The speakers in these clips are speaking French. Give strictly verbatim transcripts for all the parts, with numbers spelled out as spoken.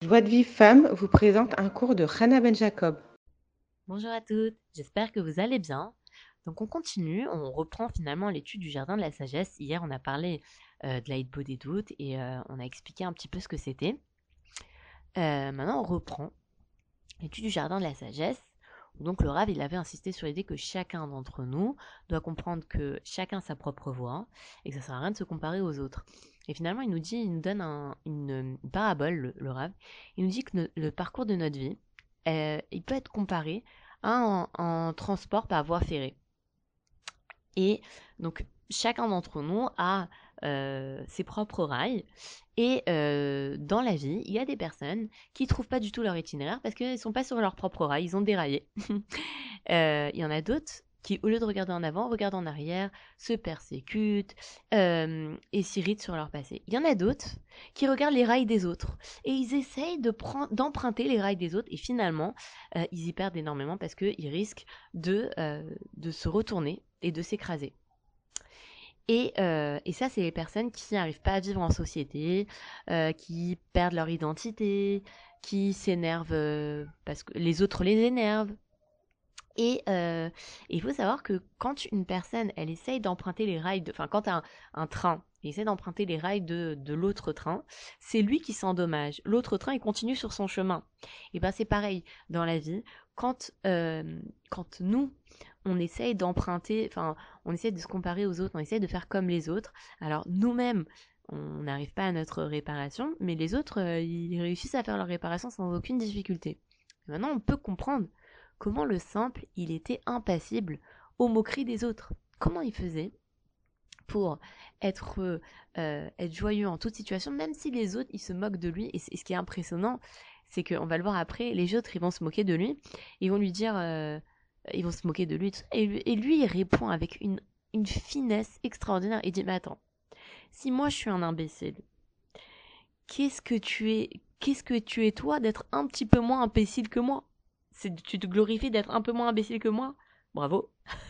Joie de Vive Femme vous présente un cours de Rana Ben Jacob. Bonjour à toutes, j'espère que vous allez bien. Donc on continue, on reprend finalement l'étude du jardin de la sagesse. Hier on a parlé euh, de l'Aïd des doutes et euh, on a expliqué un petit peu ce que c'était. Euh, maintenant on reprend l'étude du jardin de la sagesse. Donc le Rav il avait insisté sur l'idée que chacun d'entre nous doit comprendre que chacun a sa propre voie et que ça sert à rien de se comparer aux autres. Et finalement il nous dit, il nous donne un- une, une parabole, le, le Rav. Il nous dit que no- le parcours de notre vie, euh, il peut être comparé à un, un transport par voie ferrée. Et donc, chacun d'entre nous a euh, ses propres rails. Et euh, dans la vie, il y a des personnes qui ne trouvent pas du tout leur itinéraire parce qu'ils ne sont pas sur leur propre rail, ils ont déraillé. Euh, Il y en a d'autres qui, au lieu de regarder en avant, regardent en arrière, se persécutent euh, et s'irritent sur leur passé. Il y en a d'autres qui regardent les rails des autres et ils essayent de prendre, d'emprunter les rails des autres et finalement, euh, ils y perdent énormément parce qu'ils risquent de, euh, de se retourner et de s'écraser. Et, euh, et ça, c'est les personnes qui n'arrivent pas à vivre en société, euh, qui perdent leur identité, qui s'énervent euh, parce que les autres les énervent. Et euh, il faut savoir que quand une personne, elle essaye d'emprunter les rails, de, enfin quand un, un train il essaie d'emprunter les rails de, de l'autre train, c'est lui qui s'endommage. L'autre train, il continue sur son chemin. Et ben c'est pareil dans la vie. Quand, euh, quand nous, on essaye d'emprunter, enfin, on essaie de se comparer aux autres, on essaie de faire comme les autres. Alors nous-mêmes, on n'arrive pas à notre réparation, mais les autres, euh, ils réussissent à faire leur réparation sans aucune difficulté. Maintenant, on peut comprendre comment le simple, il était impassible aux moqueries des autres. Comment il faisait pour être, euh, être joyeux en toute situation, même si les autres, ils se moquent de lui. Et, c- et ce qui est impressionnant, c'est qu'on va le voir après, les autres, ils vont se moquer de lui. Ils vont lui dire, euh, ils vont se moquer de lui. Et lui, et lui, il répond avec une, une finesse extraordinaire. Il dit, mais attends, si moi je suis un imbécile, qu'est-ce que tu es, qu'est-ce que tu es toi d'être un petit peu moins imbécile que moi? C'est, tu te glorifies d'être un peu moins imbécile que moi? Bravo.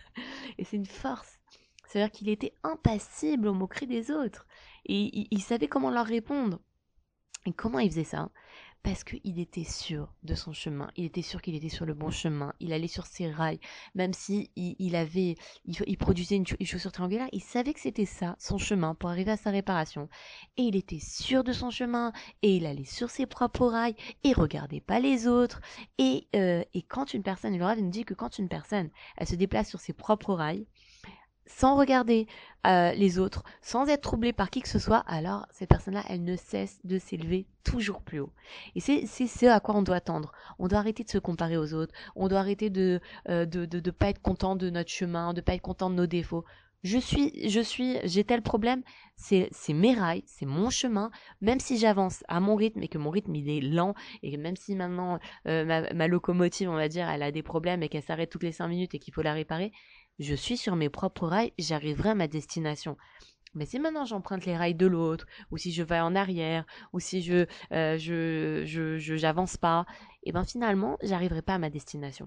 Et c'est une force. C'est-à-dire qu'il était impassible aux moqueries des autres. Et il, il savait comment leur répondre. Et comment il faisait ça? Parce qu'il était sûr de son chemin. Il était sûr qu'il était sur le bon chemin. Il allait sur ses rails. Même si il, il avait, il, il produisait une, une chaussure triangulaire, il savait que c'était ça, son chemin, pour arriver à sa réparation. Et il était sûr de son chemin. Et il allait sur ses propres rails. Et regardait pas les autres. Et, euh, et quand une personne, il nous dit que quand une personne, elle se déplace sur ses propres rails, sans regarder euh, les autres, sans être troublée par qui que ce soit, alors cette personne-là, elle ne cesse de s'élever toujours plus haut. Et c'est c'est ce à quoi on doit tendre. On doit arrêter de se comparer aux autres. On doit arrêter de euh, de, de de pas être content de notre chemin, de pas être content de nos défauts. Je suis, je suis, j'ai tel problème, c'est, c'est mes rails, c'est mon chemin. Même si j'avance à mon rythme et que mon rythme il est lent et que même si maintenant euh, ma, ma locomotive, on va dire, elle a des problèmes et qu'elle s'arrête toutes les cinq minutes et qu'il faut la réparer, je suis sur mes propres rails, j'arriverai à ma destination. Mais si maintenant j'emprunte les rails de l'autre, ou si je vais en arrière, ou si je euh, je, je, je j'avance pas, et ben finalement j'arriverai pas à ma destination.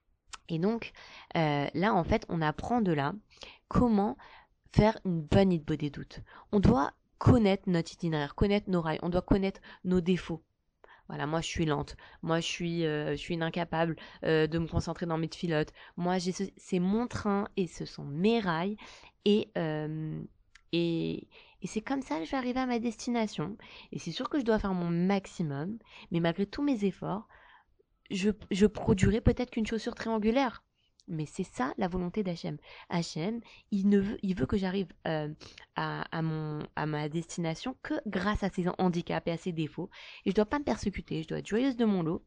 Et donc euh, là en fait on apprend de là comment faire une bonne idée des doutes. On doit connaître notre itinéraire, connaître nos rails, on doit connaître nos défauts. Voilà, moi je suis lente, moi je suis, euh, je suis une incapable euh, de me concentrer dans mes filottes. Moi, j'ai ce- c'est mon train et ce sont mes rails. Et, euh, et, et c'est comme ça que je vais arriver à ma destination. Et c'est sûr que je dois faire mon maximum, mais malgré tous mes efforts, je, je produirai peut-être qu'une chaussure triangulaire. Mais c'est ça la volonté d'Hachem. Hachem, il, ne veut, il veut que j'arrive euh, à, à, mon, à ma destination que grâce à ses handicaps et à ses défauts. Et je dois pas me persécuter, je dois être joyeuse de mon lot.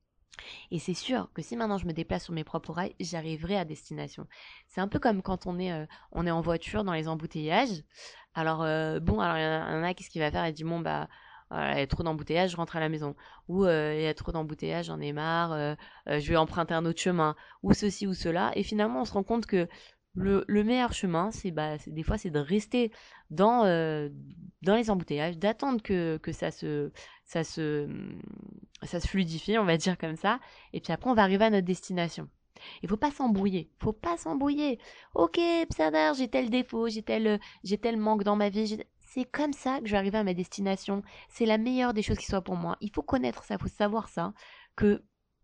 Et c'est sûr que si maintenant je me déplace sur mes propres rails, j'arriverai à destination. C'est un peu comme quand on est, euh, on est en voiture dans les embouteillages. Alors, euh, bon, alors il y en a, y en a qu'est-ce qu'il va faire? Il dit, bon, bah, voilà, il y a trop d'embouteillages, je rentre à la maison. Ou euh, il y a trop d'embouteillages, j'en ai marre, euh, euh, je vais emprunter un autre chemin. Ou ceci ou cela. Et finalement, on se rend compte que le, le meilleur chemin, c'est bah, c'est- des fois, c'est de rester dans, euh, dans les embouteillages, d'attendre que, que ça se, ça se, ça se fluidifie, on va dire comme ça. Et puis après, on va arriver à notre destination. Il faut pas s'embrouiller. Faut pas s'embrouiller. Ok, Psader, j'ai tel défaut, j'ai tel, j'ai tel manque dans ma vie. j'ai- C'est comme ça que je vais arriver à ma destination. C'est la meilleure des choses qui soit pour moi. Il faut connaître ça, il faut savoir ça, que,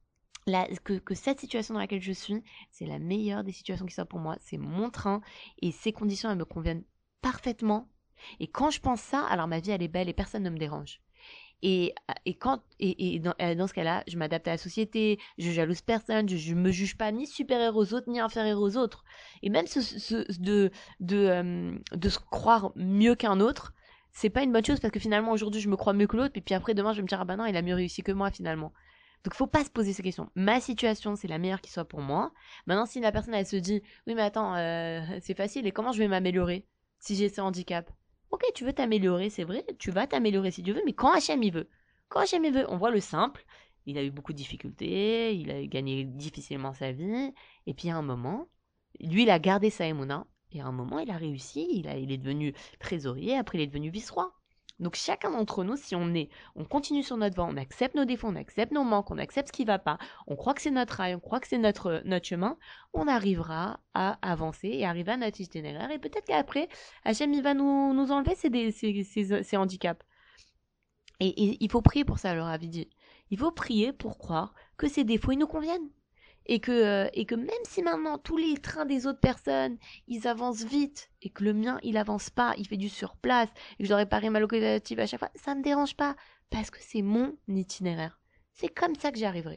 la, que, que cette situation dans laquelle je suis, c'est la meilleure des situations qui soit pour moi. C'est mon train et ces conditions, elles me conviennent parfaitement. Et quand je pense ça, alors ma vie, elle est belle et personne ne me dérange. Et, et, quand, et, et dans, dans ce cas-là, je m'adapte à la société, je jalouse personne, je ne me juge pas ni supérieur aux autres, ni inférieur aux autres. Et même ce, ce, de, de, euh, de se croire mieux qu'un autre, c'est pas une bonne chose parce que finalement, aujourd'hui, je me crois mieux que l'autre, et puis après, demain, je vais me dire, ah bah non, il a mieux réussi que moi, finalement. Donc, faut pas se poser ces questions. Ma situation, c'est la meilleure qui soit pour moi. Maintenant, si la personne, elle se dit, oui, mais attends, euh, c'est facile, et comment je vais m'améliorer si j'ai ce handicap? Ok, tu veux t'améliorer, c'est vrai, tu vas t'améliorer si tu veux, mais quand Hachem il veut. Quand Hachem il veut, on voit le simple, il a eu beaucoup de difficultés, il a gagné difficilement sa vie, et puis à un moment, lui il a gardé sa émouna, et à un moment il a réussi, il, a, il est devenu trésorier, après il est devenu vice-roi. Donc chacun d'entre nous, si on est, on continue sur notre voie, on accepte nos défauts, on accepte nos manques, on accepte ce qui va pas, on croit que c'est notre rail, on croit que c'est notre, notre chemin, on arrivera à avancer et arriver à notre itinéraire. Et peut-être qu'après, Hachem, il va nous, nous enlever ces, ces, ces, ces handicaps. Et, et il faut prier pour ça, alors Avidi. Il faut prier pour croire que ces défauts, ils nous conviennent. Et que, euh, et que même si maintenant tous les trains des autres personnes, ils avancent vite, et que le mien, il avance pas, il fait du surplace, et que je dois réparer ma locomotive à chaque fois, ça me dérange pas, parce que c'est mon itinéraire. C'est comme ça que j'y arriverai.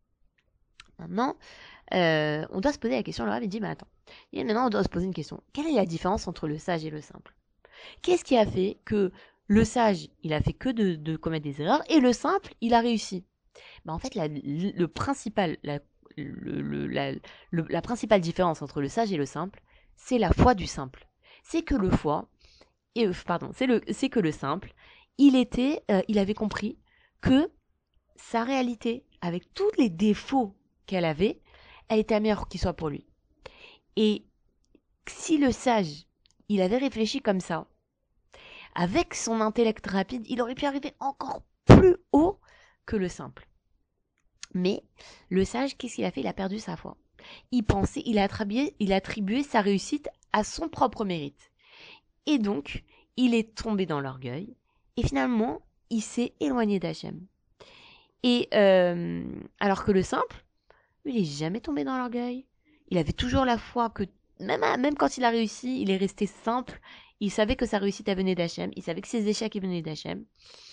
Maintenant, euh, on doit se poser la question, Laura avait dit, mais attends, et maintenant on doit se poser une question. Quelle est la différence entre le sage et le simple? Qu'est-ce qui a fait que le sage, il a fait que de, de commettre des erreurs, et le simple, il a réussi? Ben, en fait, la, le, le principal, la, le, le, la, le, la principale différence entre le sage et le simple, c'est la foi du simple. C'est que le foi, et, pardon, c'est, le, c'est que le simple, il était, euh, il avait compris que sa réalité, avec tous les défauts qu'elle avait, elle était la meilleure qui soit pour lui. Et si le sage, il avait réfléchi comme ça, avec son intellect rapide, il aurait pu arriver encore plus haut que le simple. Mais le sage, qu'est-ce qu'il a fait? Il a perdu sa foi. Il pensait, il a attribué, il a attribué sa réussite à son propre mérite. Et donc, il est tombé dans l'orgueil. Et finalement, il s'est éloigné d'Hachem. Et euh, alors que le simple, il n'est jamais tombé dans l'orgueil. Il avait toujours la foi que, même, même quand il a réussi, il est resté simple. Il savait que sa réussite venait d'Hachem. Il savait que ses échecs venaient d'Hachem.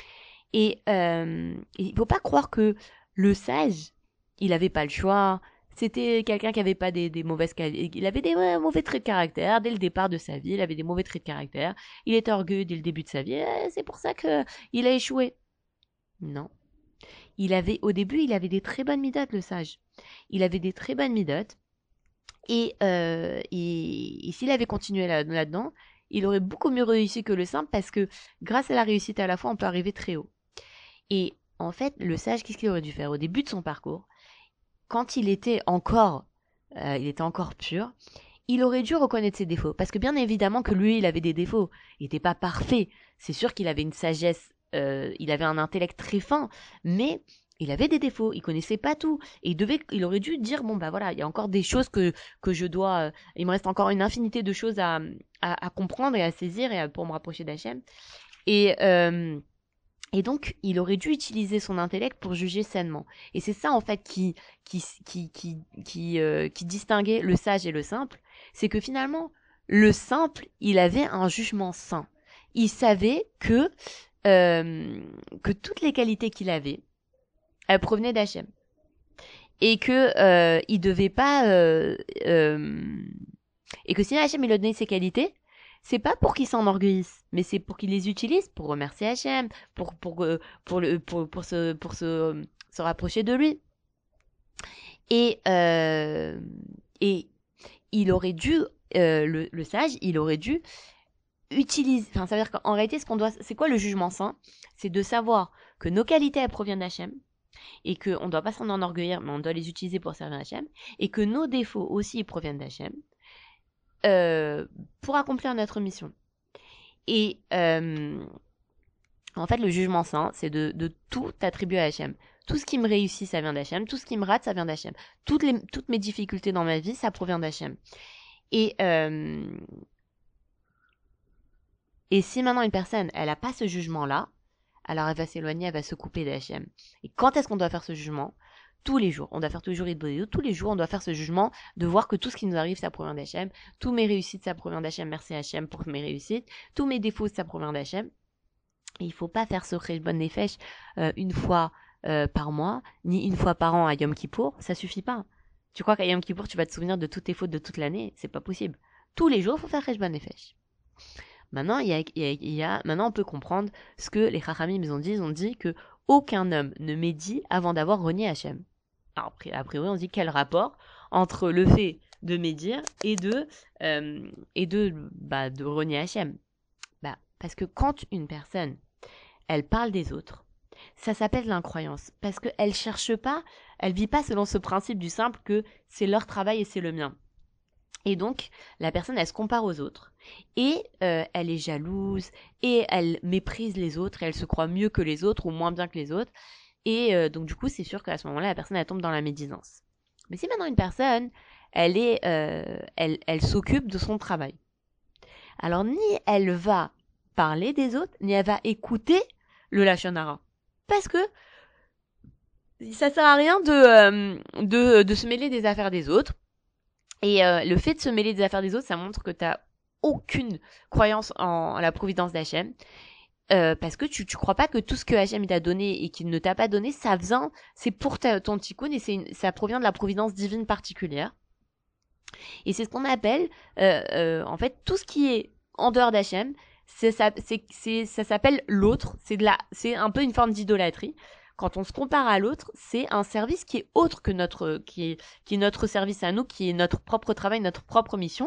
Et euh, il ne faut pas croire que le sage, il n'avait pas le choix. C'était quelqu'un qui n'avait pas des, des mauvaises qualités. Il avait des ouais, mauvais traits de caractère dès le départ de sa vie. Il avait des mauvais traits de caractère. Il était orgueilleux dès le début de sa vie. Et c'est pour ça qu'il a échoué. Non. Il avait, au début, il avait des très bonnes midotes, le sage. Il avait des très bonnes midotes. Et, euh, et, et s'il avait continué là, là-dedans, il aurait beaucoup mieux réussi que le simple parce que grâce à la réussite à la fois, on peut arriver très haut. Et en fait, le sage, qu'est-ce qu'il aurait dû faire au début de son parcours? Quand il était encore, euh, il était encore pur, il aurait dû reconnaître ses défauts. Parce que bien évidemment que lui, il avait des défauts. Il n'était pas parfait. C'est sûr qu'il avait une sagesse, euh, il avait un intellect très fin, mais il avait des défauts. Il connaissait pas tout. Et il, devait, il aurait dû dire, bon, bah voilà, il y a encore des choses que, que je dois... Euh, il me reste encore une infinité de choses à, à, à comprendre et à saisir et à, pour me rapprocher d'Hachem. Et... Euh, Et donc, il aurait dû utiliser son intellect pour juger sainement. Et c'est ça, en fait, qui, qui, qui, qui, qui, euh, qui distinguait le sage et le simple. C'est que finalement, le simple, il avait un jugement sain. Il savait que, euh, que toutes les qualités qu'il avait, elles provenaient d'Hachem. Et que, euh, il devait pas, euh, euh, et que si Hachem, il lui donnait ses qualités, c'est pas pour qu'il s'enorgueillisse, mais c'est pour qu'il les utilise pour remercier Hachem, pour, pour, euh, pour, le, pour, pour, se, pour se, se rapprocher de lui. Et, euh, et il aurait dû, euh, le, le sage, il aurait dû utiliser, enfin, ça veut dire qu'en réalité, ce qu'on doit, c'est quoi le jugement saint? C'est de savoir que nos qualités, elles proviennent d'Hachem, et qu'on ne doit pas s'en enorgueillir, mais on doit les utiliser pour servir Hachem, et que nos défauts aussi, ils proviennent d'Hachem, euh, pour accomplir notre mission. Et euh, en fait, le jugement saint, c'est de, de tout attribuer à Hachem. Tout ce qui me réussit, ça vient d'Hachem. Tout ce qui me rate, ça vient d'Hachem. Toutes, les, toutes mes difficultés dans ma vie, ça provient d'Hachem. Et, euh, Et si maintenant une personne, elle n'a pas ce jugement-là, alors elle va s'éloigner, elle va se couper d'Hachem. Et quand est-ce qu'on doit faire ce jugement? Tous les jours. On doit faire tous les jours Idbodedut. Tous les jours, on doit faire ce jugement de voir que tout ce qui nous arrive, ça provient d'Hachem. Tous mes réussites, ça provient d'Hachem. Merci Hachem pour mes réussites. Tous mes défauts, ça provient d'Hachem. Et il ne faut pas faire ce Cheshbon Nefesh euh, une fois euh, par mois, ni une fois par an à Yom Kippour. Ça suffit pas. Tu crois qu'à Yom Kippour, tu vas te souvenir de toutes tes fautes de toute l'année? C'est pas possible. Tous les jours, il faut faire Cheshbon Nefesh. Maintenant, il y a, il y a, il y a, maintenant, on peut comprendre ce que les Chachamim ils ont dit. Ils ont dit que aucun homme ne médit avant d'avoir renié Hachem. Alors, a priori, on se dit quel rapport entre le fait de médire et de, euh, et de, bah, de renier Hachem. Bah, parce que quand une personne, elle parle des autres, ça s'appelle l'incroyance. Parce qu'elle ne cherche pas, elle ne vit pas selon ce principe du simple que c'est leur travail et c'est le mien. Et donc, la personne, elle se compare aux autres. Et euh, elle est jalouse, et elle méprise les autres, et elle se croit mieux que les autres, ou moins bien que les autres. Et euh, donc, du coup, c'est sûr qu'à ce moment-là, la personne, elle tombe dans la médisance. Mais si maintenant une personne, elle, est, euh, elle, elle s'occupe de son travail, alors ni elle va parler des autres, ni elle va écouter le Lachon Hara. Parce que ça sert à rien de, euh, de, de se mêler des affaires des autres. Et euh, le fait de se mêler des affaires des autres, ça montre que tu n'as aucune croyance en la providence d'Hachem. Euh, parce que tu, tu crois pas que tout ce que Hachem t'a donné et qu'il ne t'a pas donné, ça vient, c'est pour ta, ton tikkun et c'est une, ça provient de la providence divine particulière. Et c'est ce qu'on appelle, euh, euh, en fait, tout ce qui est en dehors d'Hachem, c'est, ça, c'est, c'est, ça s'appelle l'autre. C'est, de la, c'est un peu une forme d'idolâtrie. Quand on se compare à l'autre, c'est un service qui est autre que notre, qui est, qui est notre service à nous, qui est notre propre travail, notre propre mission.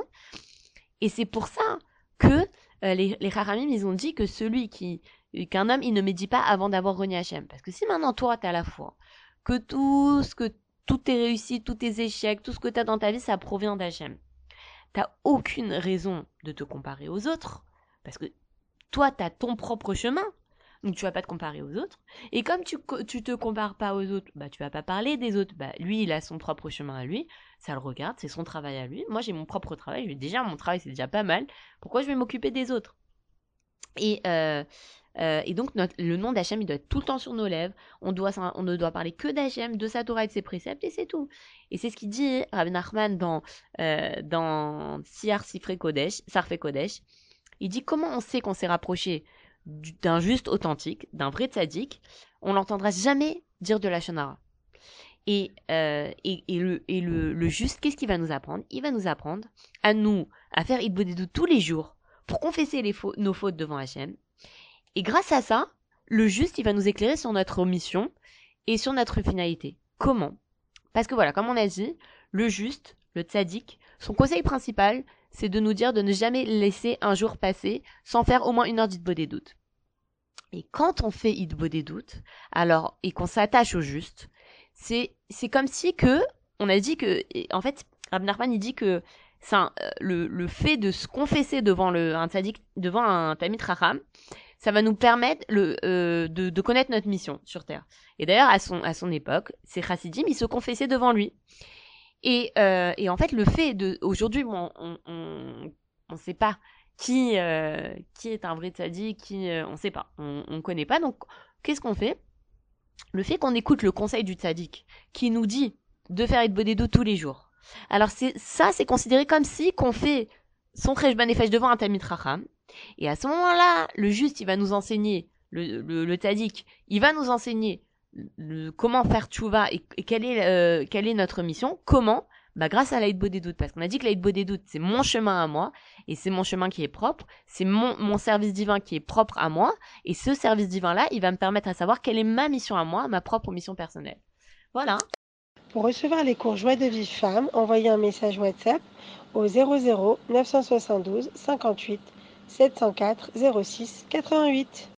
Et c'est pour ça que euh, les, les Chachamim, ils ont dit que celui qui, qu'un homme, il ne médit pas avant d'avoir renié Hachem. Parce que si maintenant toi, t'as la foi, que tout ce que, toutes tes réussites, tous tes échecs, tout ce que t'as dans ta vie, ça provient d'Hachem. T'as aucune raison de te comparer aux autres. Parce que toi, t'as ton propre chemin. Donc tu vas pas te comparer aux autres. Et comme tu, tu te compares pas aux autres, bah tu vas pas parler des autres. Bah lui, il a son propre chemin à lui. Ça le regarde, c'est son travail à lui. Moi, j'ai mon propre travail. J'ai déjà mon travail, c'est déjà pas mal. Pourquoi je vais m'occuper des autres? Et, euh, euh, et donc, notre, le nom d'Hachem, il doit être tout le temps sur nos lèvres. On, doit, on ne doit parler que d'Hachem, de sa Torah et de ses préceptes, et c'est tout. Et c'est ce qu'il dit Rabbi Nachman dans, euh, dans Siyar Sifrei Kodesh, Sarfei Kodesh. Il dit comment on sait qu'on s'est rapproché d'un juste authentique, d'un vrai tzaddik, on l'entendra jamais dire de la Lachon Hara. Et, euh, et, et, le, et le, le juste, qu'est-ce qu'il va nous apprendre? Il va nous apprendre à nous, à faire Idbodedut tous les jours pour confesser les fautes, nos fautes devant Hachem. Et grâce à ça, le juste, il va nous éclairer sur notre mission et sur notre finalité. Comment? Parce que voilà, comme on a dit, le juste, le tzaddik, son conseil principal, c'est de nous dire de ne jamais laisser un jour passer sans faire au moins une heure d'Idbodedut. Et quand on fait Idbodedut, alors, et qu'on s'attache au juste, c'est, c'est comme si que, on a dit que, en fait, Rabbi Nachman, il dit que c'est un, le, le fait de se confesser devant le, un tzaddik, devant un Talmid Chacham, ça va nous permettre le, euh, de, de connaître notre mission sur Terre. Et d'ailleurs, à son, à son époque, ces chassidim, ils se confessaient devant lui. Et, euh, et en fait, le fait de... Aujourd'hui, bon, on on on sait pas qui, euh, qui est un vrai tzaddik, qui... Euh, on sait pas. On ne connaît pas. Donc, qu'est-ce qu'on fait? Le fait qu'on écoute le conseil du tzaddik, qui nous dit de faire Idbodedut tous les jours. Alors, c'est, ça, c'est considéré comme si qu'on fait son Cheshbon Nefesh devant un Talmid Chacham. Et à ce moment-là, le juste, il va nous enseigner, le, le, le tzaddik, il va nous enseigner le, comment faire tchouva et, et quelle est, euh, quelle est notre mission. Comment? Bah, grâce à l'Idbodedut. Parce qu'on a dit que l'Idbodedut, c'est mon chemin à moi, et c'est mon chemin qui est propre, c'est mon, mon service divin qui est propre à moi, et ce service divin-là, il va me permettre à savoir quelle est ma mission à moi, ma propre mission personnelle. Voilà. Pour recevoir les cours Joie de Vive Femme, envoyez un message WhatsApp au zéro zéro neuf cent soixante-douze cinquante-huit sept cent quatre zéro six quatre-vingt-huit.